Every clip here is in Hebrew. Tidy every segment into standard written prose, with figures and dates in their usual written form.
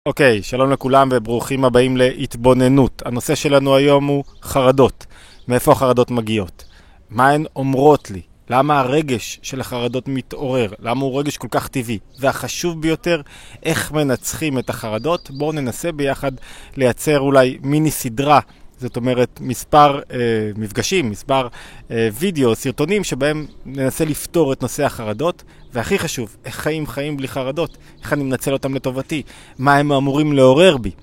אוקיי, שלום לכולם וברוכים הבאים להתבוננות. הנושא שלנו היום הוא חרדות. מאיפה החרדות מגיעות? מה הן אומרות לי? למה הרגש של החרדות מתעורר? למה הוא רגש כל כך טבעי? והחשוב ביותר, איך מנצחים את החרדות? בואו ננסה ביחד לייצר אולי מיני סדרה. זאת אומרת, מספר מפגשים, מספר וידאו, סרטונים שבהם ננסה לפתור את נושא החרדות. והכי חשוב, איך חיים בלי חרדות? איך אני מנצל אותם לטובתי? מה הם אמורים לעורר בי?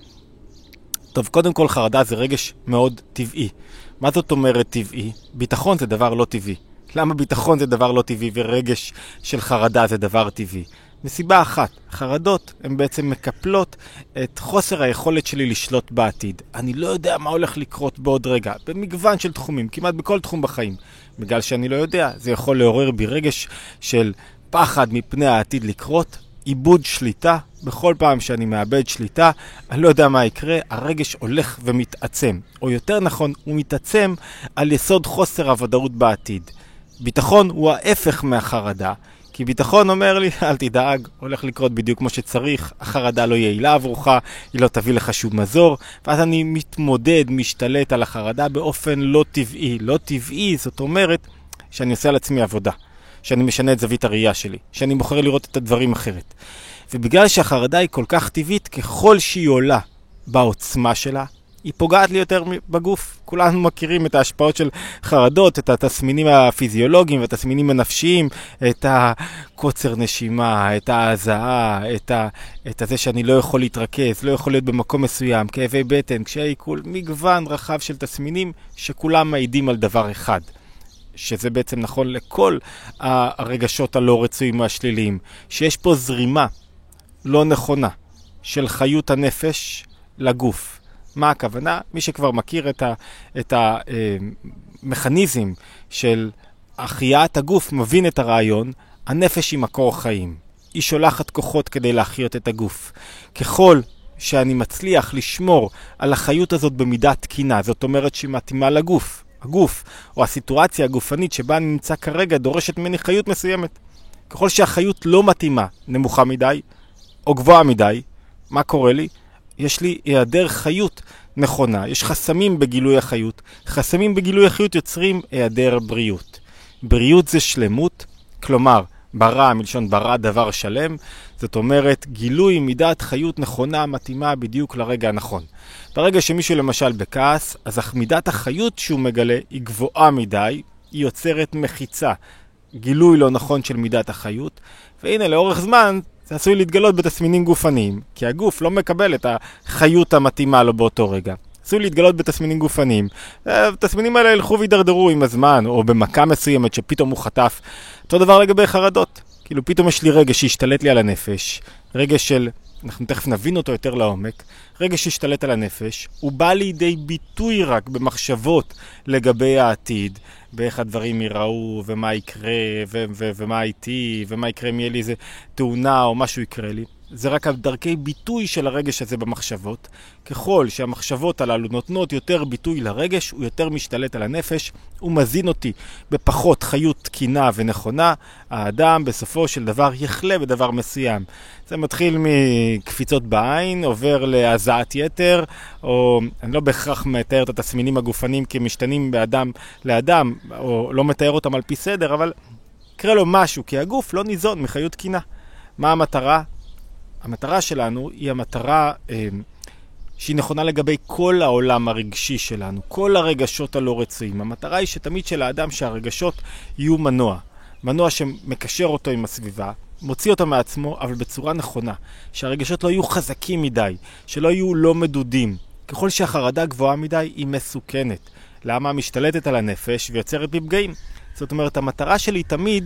טוב, קודם כל חרדה זה רגש מאוד טבעי. מה זאת אומרת טבעי? ביטחון זה דבר לא טבעי. למה ביטחון זה דבר לא טבעי ורגש של חרדה זה דבר טבעי? מסיבה אחת, חרדות הן בעצם מקפלות את חוסר היכולת שלי לשלוט בעתיד. אני לא יודע מה הולך לקרות בעוד רגע, במגוון של תחומים, כמעט בכל תחום בחיים. בגלל שאני לא יודע, זה יכול לעורר בי רגש של פחד מפני העתיד לקרות, איבוד שליטה. בכל פעם שאני מאבד שליטה, אני לא יודע מה יקרה, הרגש הולך ומתעצם. או יותר נכון, הוא מתעצם על יסוד חוסר הוודאות בעתיד. ביטחון הוא ההפך מהחרדה. כי ביטחון אומר לי, אל תדאג, הולך לקרות בדיוק כמו שצריך, החרדה לא יעילה עבורך, היא לא תביא לך שום מזור, ואז אני מתמודד, משתלט על החרדה באופן לא טבעי. לא טבעי, זאת אומרת שאני עושה על עצמי עבודה, שאני משנה את זווית הראייה שלי, שאני בוחר לראות את הדברים אחרת. ובגלל שהחרדה היא כל כך טבעית, ככל שהיא עולה בעוצמה שלה, היא פוגעת לי יותר בגוף. כולנו מכירים את ההשפעות של חרדות, את התסמינים הפיזיולוגיים והתסמינים הנפשיים, את הקוצר נשימה, את ההזעה, את זה שאני לא יכול להתרכז, לא יכול להיות במקום מסוים, כאבי בטן, קשיי עיכול, מגוון רחב של תסמינים שכולם מעידים על דבר אחד. שזה בעצם נכון לכל הרגשות הלא רצויים והשליליים, שיש פה זרימה לא נכונה של חיות הנפש לגוף. מה הכוונה? מי שכבר מכיר את המכניזם של החייאת הגוף מבין את הרעיון, הנפש היא מקור חיים. היא שולחת כוחות כדי להחיות את הגוף. ככל שאני מצליח לשמור על החיות הזאת במידה תקינה, זאת אומרת שהיא מתאימה לגוף. הגוף או הסיטואציה הגופנית שבה אני נמצא כרגע דורשת ממני חיות מסוימת. ככל שהחיות לא מתאימה, נמוכה מדי או גבוהה מדי, מה קורה לי? יש לי היעדר חיות נכונה, יש חסמים בגילוי החיות. חסמים בגילוי החיות יוצרים היעדר בריאות. בריאות זה שלמות, כלומר, ברא, מלשון ברא דבר שלם, זאת אומרת, גילוי מידת חיות נכונה מתאימה בדיוק לרגע הנכון. ברגע שמישהו למשל בכעס, אז מידת החיות שהוא מגלה היא גבוהה מדי, היא יוצרת מחיצה, גילוי לא נכון של מידת החיות, והנה לאורך זמן, זה עשוי להתגלות בתסמינים גופניים, כי הגוף לא מקבל את החיות המתאימה לו באותו רגע. עשוי להתגלות בתסמינים גופניים. התסמינים האלה ילכו וידרדרו עם הזמן, או במכה מסוימת שפתאום הוא חטף. אותו דבר לגבי חרדות. כאילו פתאום יש לי רגש שהשתלט לי על הנפש, רגש של, אנחנו תכף נבין אותו יותר לעומק, רגש שהשתלט על הנפש, הוא בא לידי ביטוי רק במחשבות לגבי העתיד, באיך הדברים ייראו, ומה יקרה, ומה איתי, ומה יקרה אם יהיה לי איזה תאונה או משהו יקרה לי. זה רק דרכי ביטוי של הרגש הזה במחשבות. ככל שהמחשבות הללו נותנות יותר ביטוי לרגש, הוא יותר משתלט על הנפש, הוא מזין אותי בפחות חיות תקינה ונכונה, האדם בסופו של דבר יחלה בדבר מסוים. זה מתחיל מקפיצות בעין, עובר להזעת יתר, או אני לא בהכרח מתאר את התסמינים הגופניים כמשתנים באדם לאדם, או לא מתאר אותם על פי סדר, אבל יקרה לו משהו, כי הגוף לא ניזון מחיות תקינה. מה המטרה? המטרה שלנו היא המטרה שהיא נכונה לגבי כל העולם הרגשי שלנו, כל הרגשות הלא רצויים. המטרה היא שתמיד של האדם שהרגשות יהיו מנוע. מנוע שמקשר אותו עם הסביבה, מוציא אותו מעצמו, אבל בצורה נכונה. שהרגשות לא יהיו חזקים מדי, שלא יהיו לא מדודים. ככל שהחרדה גבוהה מדי היא מסוכנת. למה? משתלטת על הנפש ויוצרת בפגעים. זאת אומרת, המטרה שלי תמיד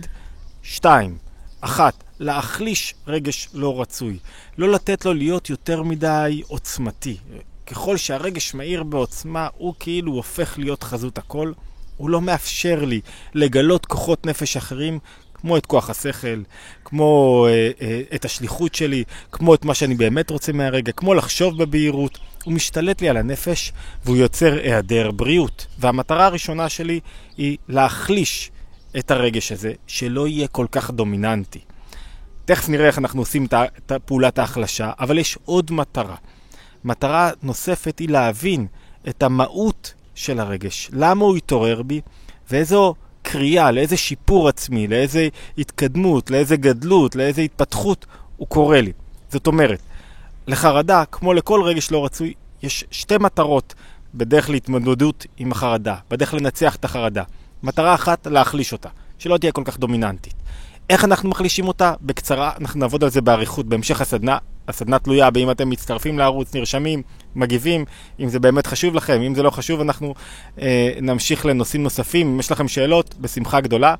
2. 1. להחליש רגש לא רצוי. לא לתת לו להיות יותר מדי עוצמתי. ככל שהרגש מהיר בעוצמה, הוא כאילו הופך להיות חזות הכל. הוא לא מאפשר לי לגלות כוחות נפש אחרים, כמו את כוח השכל, כמו את השליחות שלי, כמו את מה שאני באמת רוצה מהרגע, כמו לחשוב בבהירות. הוא משתלט לי על הנפש והוא יוצר היעדר בריאות. והמטרה הראשונה שלי היא להחליש את הרגש הזה, שלא יהיה כל כך דומיננטי. תכף נראה איך אנחנו עושים את פעולת ההחלשה, אבל יש עוד מטרה. מטרה נוספת היא להבין את המהות של הרגש. למה הוא יתעורר בי, ואיזו קריאה, לאיזה שיפור עצמי, לאיזה התקדמות, לאיזה גדלות, לאיזה התפתחות הוא קורא לי. זאת אומרת, לחרדה, כמו לכל רגש לא רצוי, יש שתי מטרות בדרך להתמודדות עם החרדה, בדרך לנצח את החרדה. מטרה אחת, להחליש אותה, שלא תהיה כל כך דומיננטית. איך אנחנו מחלישים אותה? בקצרה, אנחנו נעבוד על זה בעריכות בהמשך הסדנה. הסדנה תלויה באם אתם מצטרפים לערוץ, נרשמים, מגיבים, אם זה באמת חשוב לכם. אם זה לא חשוב, אנחנו נמשיך לנושאים נוספים. אם יש לכם שאלות, בשמחה גדולה.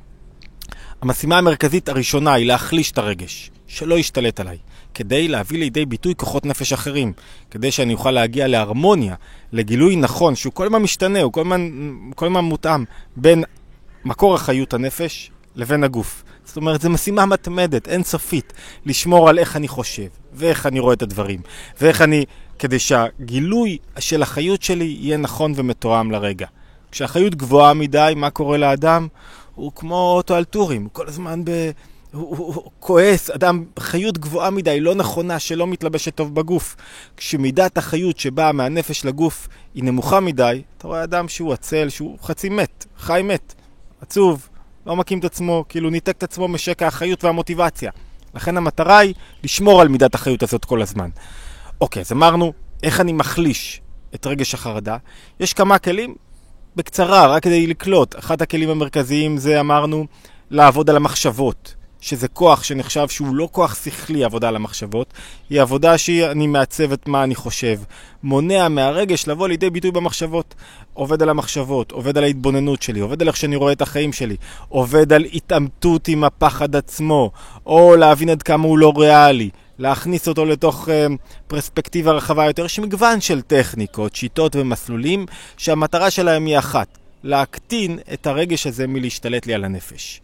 המשימה המרכזית הראשונה היא להחליש את הרגש, שלא ישתלט עליי, כדי להביא לידי ביטוי כוחות נפש אחרים, כדי שאני אוכל להגיע להרמוניה, לגילוי נכון, שהוא כל הזמן משתנה, הוא כל הזמן מותאם בין מקור החיות הנפש לבין הגוף. זאת אומרת, זו משימה מתמדת, אינסופית, לשמור על איך אני חושב, ואיך אני רואה את הדברים, כדי שהגילוי של החיות שלי יהיה נכון ומתואם לרגע. כשהחיות גבוהה מדי, מה קורה לאדם? הוא כמו אוטו על טורים, הוא כל הזמן הוא כועס, אדם חיות גבוהה מדי, לא נכונה, שלא מתלבשת טוב בגוף. כשמידת החיות שבאה מהנפש לגוף היא נמוכה מדי, אתה רואה אדם שהוא עצל, שהוא חצי מת, חי מת, עצוב, לא מקים את עצמו, כאילו ניתק את עצמו משקע החיות והמוטיבציה. לכן המטרה היא לשמור על מידת החיות הזאת כל הזמן. אוקיי, אז אמרנו, איך אני מחליש את רגש החרדה? יש כמה כלים, בקצרה, רק כדי לקלוט. אחד הכלים המרכזיים זה, אמרנו, לעבוד על המחשבות, שזה כוח שנחשב שהוא לא כוח שכלי, עבודה על המחשבות, היא עבודה שאני מעצב את מה אני חושב, מונע מהרגש לבוא לידי ביטוי במחשבות, עובד על המחשבות, עובד על ההתבוננות שלי, עובד על איך שאני רואה את החיים שלי, עובד על התעמתות עם הפחד עצמו, או להבין עד כמה הוא לא ריאלי, להכניס אותו לתוך פרספקטיבה רחבה יותר, יש מגוון של טכניקות, שיטות ומסלולים, שהמטרה שלהם היא אחת, להקטין את הרגש הזה מלהשתלט לי על הנפש.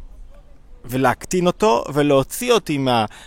ולהקטין אותו ולהוציא אותי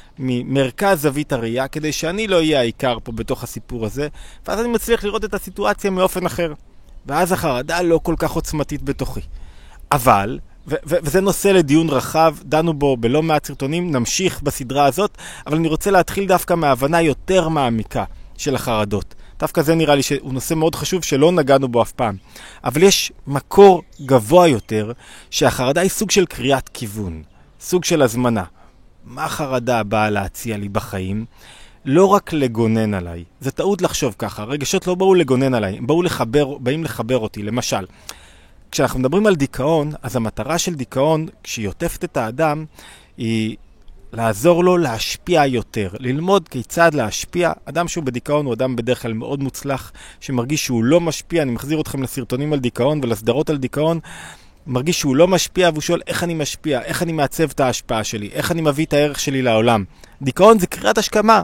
ממרכז זווית הראייה, כדי שאני לא אהיה העיקר פה בתוך הסיפור הזה, ואז אני מצליח לראות את הסיטואציה מאופן אחר. ואז החרדה לא כל כך עוצמתית בתוכי. אבל, וזה נושא לדיון רחב, דנו בו בלא מעט סרטונים, נמשיך בסדרה הזאת, אבל אני רוצה להתחיל דווקא מההבנה יותר מעמיקה של החרדות. דווקא זה נראה לי שהוא נושא מאוד חשוב שלא נגענו בו אף פעם. אבל יש מקור גבוה יותר שהחרדה היא סוג של קריאת כיוון, סוג של הזמנה. מה החרדה באה להציע לי בחיים? לא רק לגונן עליי. זה טעות לחשוב ככה. רגשות לא באו לגונן עליי, הם באים לחבר אותי. למשל, כשאנחנו מדברים על דיכאון, אז המטרה של דיכאון, כשהיא עוטפת את האדם, היא לעזור לו להשפיע יותר, ללמוד כיצד להשפיע. אדם שהוא בדיכאון הוא אדם בדרך כלל מאוד מוצלח, שמרגיש שהוא לא משפיע. אני מחזיר אתכם לסרטונים על דיכאון ולסדרות על דיכאון. מרגיש שהוא לא משפיע, והוא שואל איך אני משפיע, איך אני מעצב את ההשפעה שלי, איך אני מביא את הערך שלי לעולם. דיכאון זה קריאת השכמה.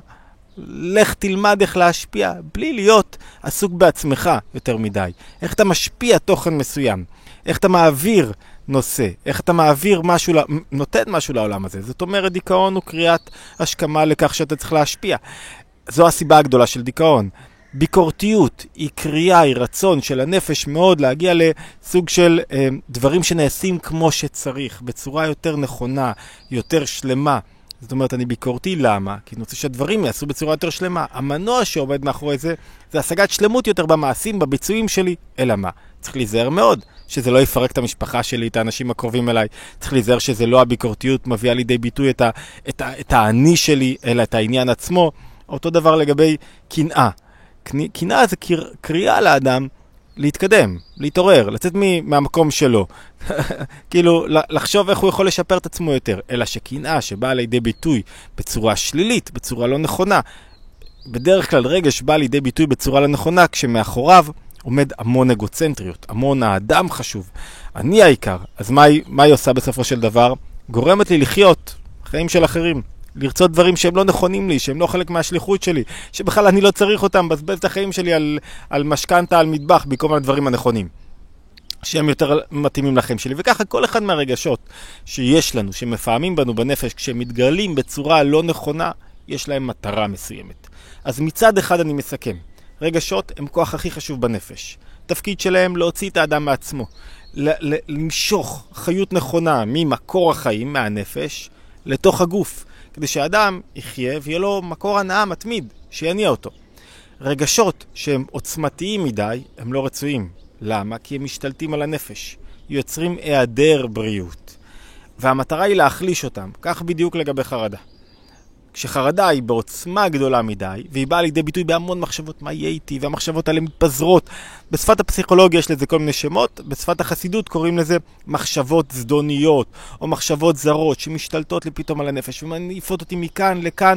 לך תלמד איך להשפיע, בלי להיות עסוק בעצמך יותר מדי. איך אתה משפיע תוכן מסוים, איך אתה מעביר נושא, איך אתה מעביר משהו, נותן משהו לעולם הזה. זאת אומרת, דיכאון הוא קריאת השכמה לכך שאתה צריך להשפיע. זו הסיבה הגדולה של דיכאון. ביקורתיות היא קריאה, היא רצון של הנפש מאוד להגיע לסוג של דברים שנעשים כמו שצריך, בצורה יותר נכונה, יותר שלמה. זאת אומרת, אני ביקורתי, למה? כי אני רוצה שהדברים יעשו בצורה יותר שלמה. המנוע שעומד מאחורי זה, זה השגת שלמות יותר במעשים, בביצועים שלי. אלא מה? צריך להיזהר מאוד, שזה לא יפרק את המשפחה שלי, את האנשים הקרובים אליי. צריך להיזהר שזה לא הביקורתיות מביאה לידי ביטוי את האני שלי, אלא את העניין עצמו. אותו דבר לגבי קנאה. קנאה זה קריאה לאדם להתקדם, להתעורר, לצאת מהמקום שלו. כאילו, לחשוב איך הוא יכול לשפר את עצמו יותר. אלא שקנאה שבאה לידי ביטוי בצורה שלילית, בצורה לא נכונה. בדרך כלל רגש בא לידי ביטוי בצורה לא נכונה, כשמאחוריו עומד המון אגוצנטריות, המון האדם חשוב. אני העיקר. אז מה היא עושה בסופו של דבר? גורמת לי לחיות חיים של אחרים. לרצות דברים שהם לא נכונים לי, שהם לא חלק מהשליחות שלי, שבכלל אני לא צריך אותם, בזבז את החיים שלי על משכנתה, על מטבח, במקום על הדברים הנכונים, שהם יותר מתאימים לחיים שלי. וככה כל אחד מהרגשות שיש לנו, שמפעמים בנו בנפש, כשהם מתגלים בצורה לא נכונה, יש להם מטרה מסוימת. אז מצד אחד אני מסכם, רגשות הם כוח הכי חשוב בנפש. תפקיד שלהם להוציא את האדם מעצמו, למשוך חיות נכונה ממקור החיים, מהנפש, לתוך הגוף. כדי שהאדם יחיה ויהיה לו מקור הנאה מתמיד, שיניע אותו. רגשות שהם עוצמתיים מדי, הם לא רצויים. למה? כי הם משתלטים על הנפש, יוצרים היעדר בריאות. והמטרה היא להחליש אותם, כך בדיוק לגבי חרדה. כשחרדה היא בעוצמה גדולה מדי, והיא באה לידי ביטוי בהמון מחשבות מה יהיה איתי, והמחשבות האלה מתפזרות. בשפת הפסיכולוגיה יש לזה כל מיני שמות, בשפת החסידות קוראים לזה מחשבות זדוניות, או מחשבות זרות שמשתלטות לי פתאום על הנפש, ומניפות אותי מכאן לכאן.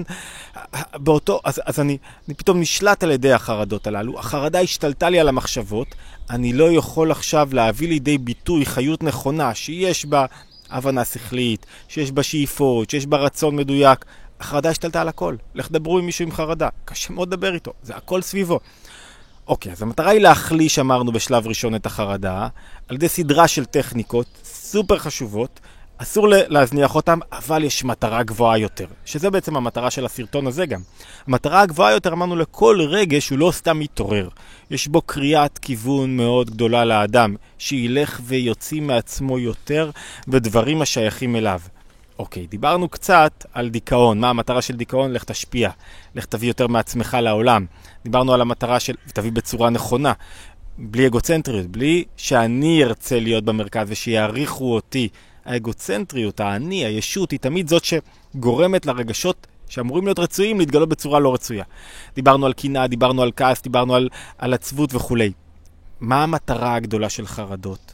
אז אני פתאום נשלט על ידי החרדות הללו. החרדה השתלטה לי על המחשבות, אני לא יכול עכשיו להביא לידי ביטוי חיות נכונה, שיש בה הבנה שכלית, שיש בה שאיפות, שיש בה רצון מדויק. החרדה השתלטה על הכל. לך דברו עם מישהו עם חרדה. קשה מאוד לדבר איתו. זה הכל סביבו. אוקיי, אז המטרה היא להחליש, אמרנו בשלב ראשון, את החרדה, על ידי סדרה של טכניקות סופר חשובות. אסור להזניח אותם, אבל יש מטרה גבוהה יותר. שזה בעצם המטרה של הסרטון הזה גם. המטרה הגבוהה יותר, אמרנו, לכל רגש הוא לא סתם מתעורר. יש בו קריאת כיוון מאוד גדולה לאדם, שילך ויוציא מעצמו יותר בדברים השייכים אליו. אוקיי, דיברנו קצת על דיכאון. מה המטרה של דיכאון? לך תשפיע. לך תביא יותר מעצמך לעולם. דיברנו על המטרה של תביא בצורה נכונה. בלי אגוצנטריות, בלי שאני ארצה להיות במרכז ושיעריכו אותי. האגוצנטריות, האני, הישות, היא תמיד זאת שגורמת לרגשות שאמורים להיות רצויים להתגלות בצורה לא רצויה. דיברנו על קנאה, דיברנו על כעס, דיברנו על עצבות וכו'. מה המטרה הגדולה של חרדות?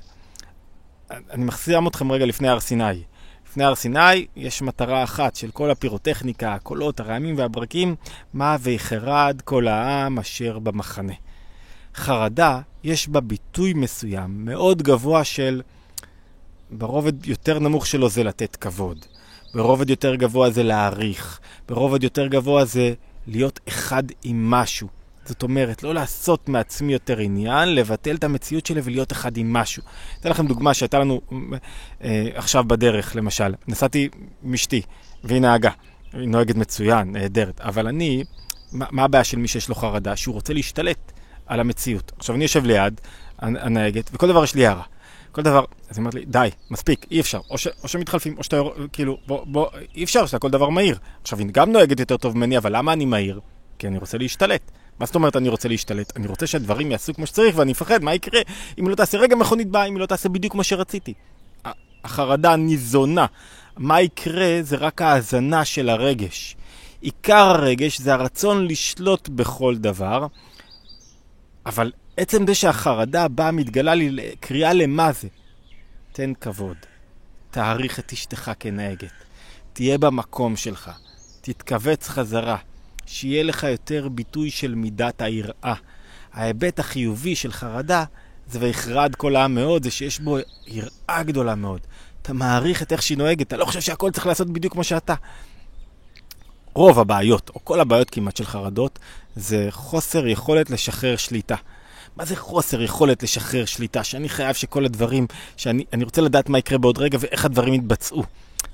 אני מחזיר אתכם רגע לפני הר סיני. לפני הר סיני יש מטרה אחת של כל הפירוטכניקה, הקולות, הרעמים והברקים, מה ויחרד כל העם אשר במחנה. חרדה יש בה ביטוי מסוים, מאוד גבוה של, ברובד יותר נמוך שלו זה לתת כבוד. ברובד יותר גבוה זה להעריך. ברובד יותר גבוה זה להיות אחד עם משהו. זאת אומרת, לא לעשות מעצמי יותר עניין, לבטל את המציאות שלי ולהיות אחד עם משהו. אתן לכם דוגמה שהייתה לנו עכשיו בדרך, למשל. נסעתי עם אשתי, והיא נהגה. היא נוהגת מצוין, נהדרת. אבל מה הבעיה של מי שיש לו חרדה? שהוא רוצה להשתלט על המציאות. עכשיו, אני יושב ליד הנהגת, וכל דבר יש לי הערה. כל דבר, אז היא אומרת לי, די, מספיק, אי אפשר. או שמתחלפים, או שאתה, כאילו, אי אפשר, שאתה כל דבר מהיר. עכשיו, היא גם נוהגת יותר טוב ממני, אבל למה אני מהיר? כי אני רוצה להשתלט. מה זאת אומרת אני רוצה להשתלט? אני רוצה שהדברים יעשו כמו שצריך, ואני מפחד, מה יקרה? אם לא תעשה רגע מכונית באה, אם לא תעשה בדיוק כמו שרציתי. החרדה ניזונה. מה יקרה זה רק ההזנה של הרגש. עיקר הרגש זה הרצון לשלוט בכל דבר, אבל עצם זה שהחרדה באה מתגלה לי קריאה למה זה? תן כבוד. תעריך את אשתך כנהגת. תהיה במקום שלך. תתכווץ חזרה. שיהיה לך יותר ביטוי של מידת היראה. ההיבט החיובי של חרדה זה ויחרד כל העם מאוד, זה שיש בו יראה גדולה מאוד. אתה מעריך את איך שהיא נוהגת, אתה לא חושב שהכל צריך לעשות בדיוק כמו שאתה. רוב הבעיות, או כל הבעיות כמעט של חרדות, זה חוסר יכולת לשחרר שליטה. מה זה חוסר יכולת לשחרר שליטה? שאני חייב שכל הדברים, שאני רוצה לדעת מה יקרה בעוד רגע ואיך הדברים יתבצעו.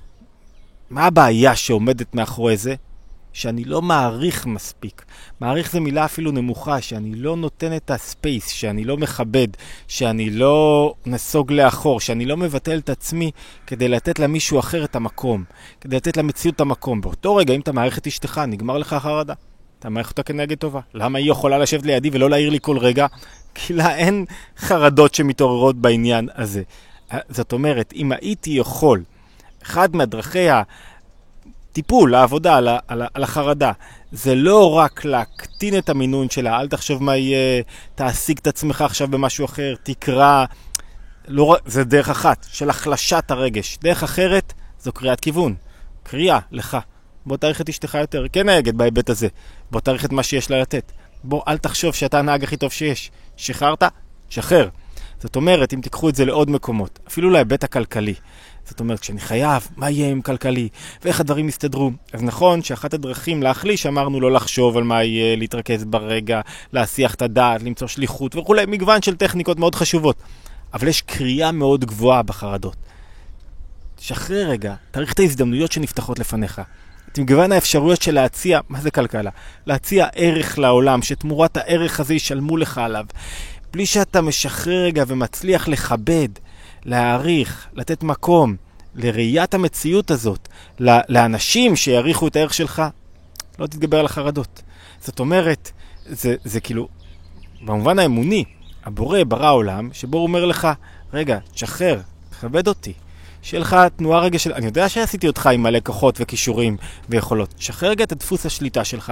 מה הבעיה שעומדת מאחורי זה? שאני לא מעריך מספיק. מעריך זה מילה אפילו נמוכה, שאני לא נותן את הספייס, שאני לא מכבד, שאני לא נסוג לאחור, שאני לא מבטל את עצמי כדי לתת למישהו אחר את המקום, כדי לתת למציאות את המקום. באותו רגע, אם אתה מעריך את אשתך, נגמר לך חרדה. אתה מעריך אותה כנהגת טובה. למה היא יכולה לשבת לידי ולא להעיר לי כל רגע? כי לה אין חרדות שמתעוררות בעניין הזה. זאת אומרת, אם הייתי יכול, אחד מהדרכי טיפול, העבודה על החרדה, זה לא רק להקטין את המינון שלה, אל תחשוב מה יהיה, תעסיק את עצמך עכשיו במשהו אחר, תקרא, לא, זה דרך אחת, של החלשת הרגש. דרך אחרת, זו קריאת כיוון, קריאה לך. בוא תאריך את אשתך יותר, כן נהגת בהיבט הזה, בוא תאריך את מה שיש לה לתת. בוא, אל תחשוב שאתה הנהג הכי טוב שיש. שחררת? שחרר. זאת אומרת, אם תיקחו את זה לעוד מקומות, אפילו להיבט הכלכלי, זאת אומרת, כשאני חייב, מה יהיה עם כלכלי, ואיך הדברים יסתדרו. אז נכון שאחת הדרכים להחליש, אמרנו לא לחשוב על מה יהיה, להתרכז ברגע, להסיח את הדעת, למצוא שליחות וכו', מגוון של טכניקות מאוד חשובות. אבל יש קריאה מאוד גבוהה בחרדות. שחרר רגע, תאריך את ההזדמנויות שנפתחות לפניך. את מגוון האפשרויות של להציע, מה זה כלכלה? להציע ערך לעולם, שתמורת הערך הזה ישלמו לך עליו. בלי שאתה משחרר רגע ומצליח לכבד, להעריך, לתת מקום, לראיית המציאות הזאת, לאנשים שיעריכו את הערך שלך, לא תתגבר על החרדות. זאת אומרת, זה כאילו, במובן האמוני, הבורא ברא עולם, שבו הוא אומר לך, רגע, תשחרר, תכבד אותי. שיהיה לך תנועה רגע של... אני יודע שעשיתי אותך עם מלא כוחות וכישורים ויכולות. שחרר רגע את דפוס השליטה שלך,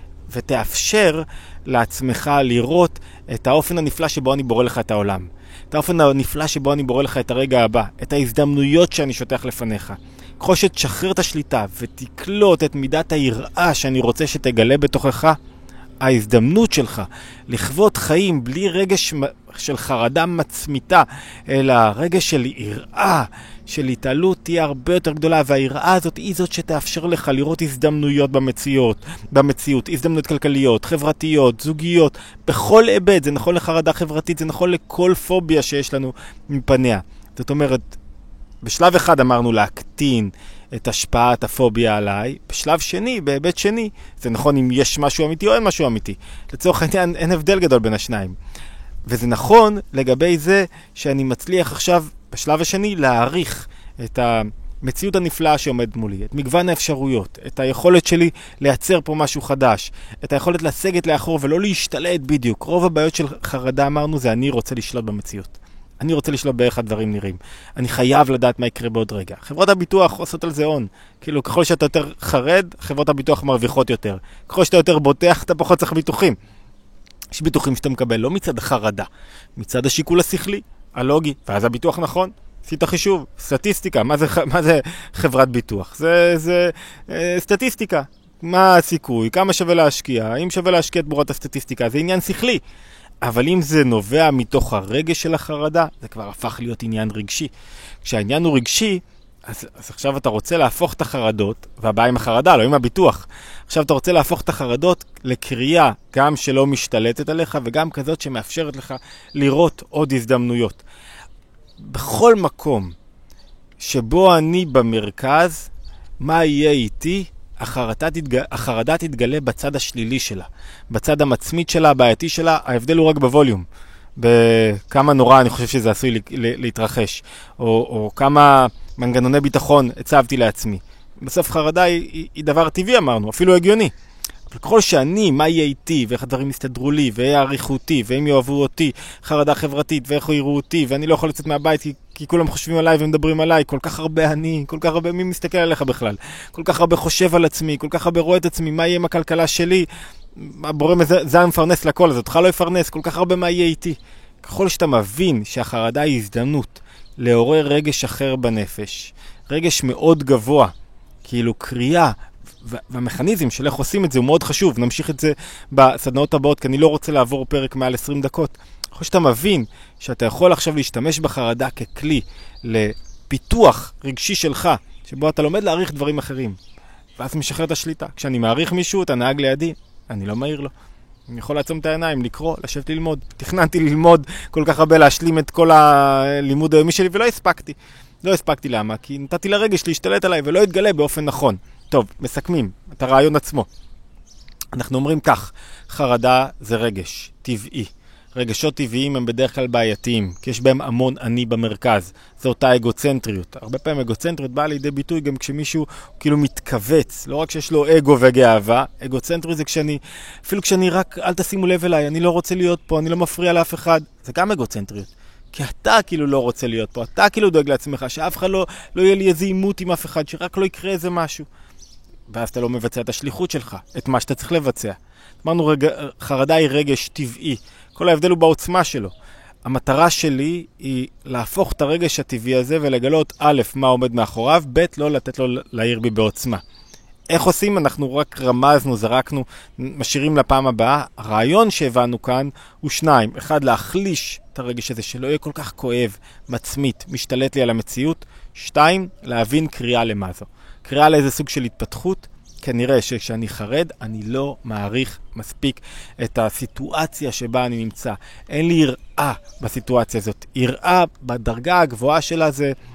ותאפשר לעצמך לראות את האופן הנפלא שבו אני בורא לך את העולם. את האופן הנפלא שבו אני בורא לך את הרגע הבא. את ההזדמנויות שאני שותח לפניך. ככל שתשחרר את השליטה ותקלוט את מידת היראה שאני רוצה שתגלה בתוכך, ההזדמנות שלך לחוות חיים בלי רגש של חרדה מצמיתה, אלא רגש של יראה, של התעלות תהיה הרבה יותר גדולה, והיראה הזאת היא זאת שתאפשר לך לראות הזדמנויות במציאות, הזדמנויות כלכליות, חברתיות, זוגיות, בכל היבט. זה נכון לחרדה חברתית, זה נכון לכל פוביה שיש לנו מפניה. זאת אומרת, בשלב אחד אמרנו להקטין את השפעת הפוביה עליי, בשלב שני, בהיבט שני, זה נכון אם יש משהו אמיתי או אין משהו אמיתי. לצורך העניין אין הבדל גדול בין השניים. וזה נכון לגבי זה שאני מצליח עכשיו בשלב השני להעריך את המציאות הנפלאה שעומדת מולי, את מגוון האפשרויות, את היכולת שלי לייצר פה משהו חדש, את היכולת לסגת לאחור ולא להשתלט בדיוק. רוב הבעיות של חרדה אמרנו זה אני רוצה לשלוט במציאות. אני רוצה לשלוט באיך הדברים נראים. אני חייב לדעת מה יקרה בעוד רגע. חברות הביטוח עושות על זה הון. כאילו, ככל שאתה יותר חרד, חברות הביטוח מרוויחות יותר. ככל שאתה יותר בוטח, אתה פחות צריך ביטוחים. יש ביטוחים שאתה מקבל לא מצד החרדה, מצד השיקול השכלי, הלוגי, ואז הביטוח נכון. עשית חישוב, סטטיסטיקה. מה זה חברת ביטוח? זה סטטיסטיקה. מה הסיכוי? כמה שווה להשקיע? האם שווה להשקיע תמורת הסטטיסטיקה? זה עניין שכלי. אבל אם זה נובע מתוך הרגש של החרדה, זה כבר הפך להיות עניין רגשי. כשהעניין הוא רגשי, אז עכשיו אתה רוצה להפוך את החרדות, והבעיה עם החרדה, לא עם הביטוח. עכשיו אתה רוצה להפוך את החרדות לקריאה, גם שלא משתלטת עליך, וגם כזאת שמאפשרת לך לראות עוד הזדמנויות. בכל מקום שבו אני במרכז, מה יהיה איתי? החרדה תתגלה בצד השלילי שלה, בצד המצמית שלה, הבעייתי שלה. ההבדל הוא רק בווליום, בכמה נורא אני חושב שזה עשוי להתרחש, או כמה מנגנוני ביטחון הצבתי לעצמי. בסוף חרדה היא דבר טבעי אמרנו, אפילו הגיוני. אבל ככל שאני, מה יהיה איתי, ואיך הדברים יסתדרו לי, ויעריכו אותי, והם יאהבו אותי, חרדה חברתית, ואיך יראו אותי, ואני לא יכול לצאת מהבית כי כולם חושבים עליי ומדברים עליי, כל כך הרבה אני, כל כך הרבה מי מסתכל עליך בכלל, כל כך הרבה חושב על עצמי, כל כך הרבה רואה את עצמי, מה יהיה עם הכלכלה שלי, הבורא זה מפרנס לכל, אז אותך לא יפרנס, כל כך הרבה מה יהיה איתי. ככל שאתה מבין שהחרדה היא הזדמנות לעורר רגש אחר בנפש, רגש מאוד גבוה, כאילו קריאה, והמכניזם של איך עושים את זה הוא מאוד חשוב. נמשיך את זה בסדנאות הבאות, כי אני לא רוצה לעבור פרק מעל 20 דקות. אחרי שאתה מבין שאתה יכול עכשיו להשתמש בחרדה ככלי לפיתוח רגשי שלך, שבו אתה לומד להעריך דברים אחרים, ואז משחרר את השליטה. כשאני מעריך מישהו, אתה נהג לידי, אני לא מעיר לו. אני יכול לעצום את העיניים, לקרוא, לשבת ללמוד. תכננתי ללמוד כל כך הרבה, להשלים את כל הלימוד היומי שלי, ולא הספקתי. לא הספקתי למה? כי נתתי לרגש להשתלט עליי ולא יתגלה באופן נכון. טוב, מסכמים את הרעיון עצמו. אנחנו אומרים כך, חרדה זה רגש טבעי. רגשות טבעיים הם בדרך כלל בעייתיים, כי יש בהם המון אני במרכז. זו אותה אגוצנטריות. הרבה פעמים אגוצנטריות באה לידי ביטוי גם כשמישהו כאילו מתכווץ. לא רק שיש לו אגו וגאווה, אגוצנטריות זה אפילו כשאני רק, אל תשימו לב אליי, אני לא רוצה להיות פה, אני לא מפריע לאף אחד. זה גם אגוצנטריות. כי אתה כאילו לא רוצה להיות פה, אתה כאילו דואג לעצמך, שאף אחד לא יהיה לי איזה עימות עם אף אחד, שרק לא יקרה איזה משהו. ואז אתה לא מבצע את השליחות שלך, את מה שאתה צריך לבצע. אמרנו, חרדה היא רגש טבעי, כל ההבדל הוא בעוצמה שלו. המטרה שלי היא להפוך את הרגש הטבעי הזה ולגלות א', מה עומד מאחוריו, ב', לא לתת לו להעיר בי בעוצמה. איך עושים? אנחנו רק רמזנו, זרקנו, משאירים לפעם הבאה. הרעיון שהבנו כאן הוא שניים. אחד, להחליש את הרגש הזה, שלא יהיה כל כך כואב, מצמית, משתלט לי על המציאות. שתיים, להבין קריאה למה זו. קריאה לאיזה סוג של התפתחות. כנראה שכשאני חרד, אני לא מעריך מספיק את הסיטואציה שבה אני נמצא. אין לי יראה בסיטואציה הזאת. יראה בדרגה הגבוהה שלה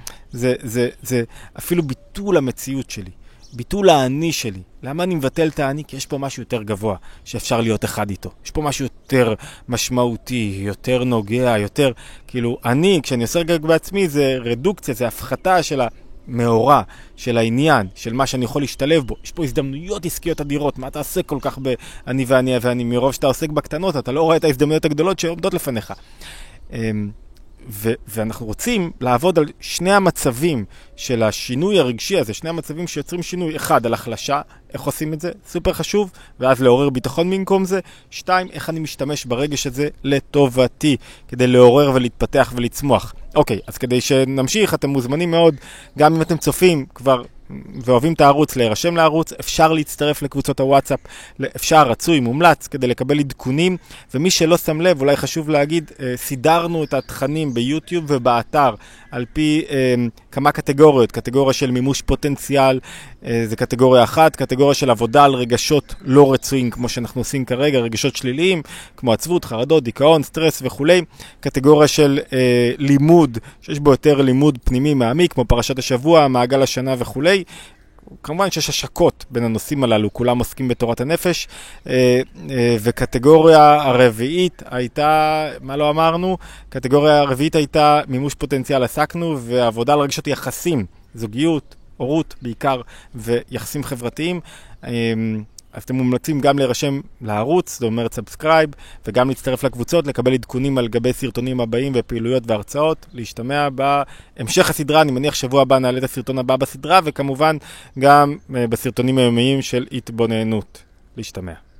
זה אפילו ביטול המציאות שלי. ביטול האני שלי. למה אני מבטל את האני? כי יש פה משהו יותר גבוה שאפשר להיות אחד איתו. יש פה משהו יותר משמעותי, יותר נוגע, יותר... כאילו, אני, כשאני עושה רגע בעצמי, זה רדוקציה, זה הפחתה של מאורה של העניין, של מה שאני יכול להשתלב בו. יש פה הזדמנויות עסקיות אדירות, מה אתה עושה כל כך אני ואני, מרוב שאתה עוסק בקטנות, אתה לא רואה את ההזדמנויות הגדולות שעומדות לפניך. ואנחנו רוצים לעבוד על שני המצבים של השינוי הרגשי הזה, שני המצבים שיוצרים שינוי. אחד, על החלשה, איך עושים את זה? סופר חשוב, ואז לעורר ביטחון במקום זה. שתיים, איך אני משתמש ברגש הזה לטובתי, כדי לעורר ולהתפתח ולצמוח. אוקיי, אז כדי שנמשיך, אתם מוזמנים מאוד, גם אם אתם צופים כבר ואוהבים את הערוץ, להירשם לערוץ, אפשר להצטרף לקבוצות הוואטסאפ, אפשר, רצוי, מומלץ, כדי לקבל עדכונים, ומי שלא שם לב, אולי חשוב להגיד, סידרנו את התכנים ביוטיוב ובאתר, על פי כמה קטגוריות, קטגוריה של מימוש פוטנציאל, זה קטגוריה אחת, קטגוריה של עבודה על רגשות לא רצויים, כמו שאנחנו עושים כרגע, רגשות שליליים, כמו עצבות, חרדות, דיכאון, סטרס וכולי, קטגוריה של לימוד, שיש בו יותר לימוד פנימי מעמיק, כמו פרשת השבוע, מעגל השנה וכולי. כמובן שיש השקות בין הנושאים הללו, כולם עוסקים בתורת הנפש, וקטגוריה הרביעית הייתה, מה לא אמרנו? קטגוריה הרביעית הייתה מימוש פוטנציאל, עסקנו, ועבודה על רגשות יחסים, זוגיות, הורות בעיקר, ויחסים חברתיים. אז אתם מומלצים גם להירשם לערוץ, זאת אומרת סאבסקרייב, וגם להצטרף לקבוצות, לקבל עדכונים על גבי סרטונים הבאים ופעילויות והרצאות, להשתמע בהמשך הסדרה. אני מניח שבוע הבא נעלה את הסרטון הבא בסדרה, וכמובן גם בסרטונים היומיים של התבוננות. להשתמע.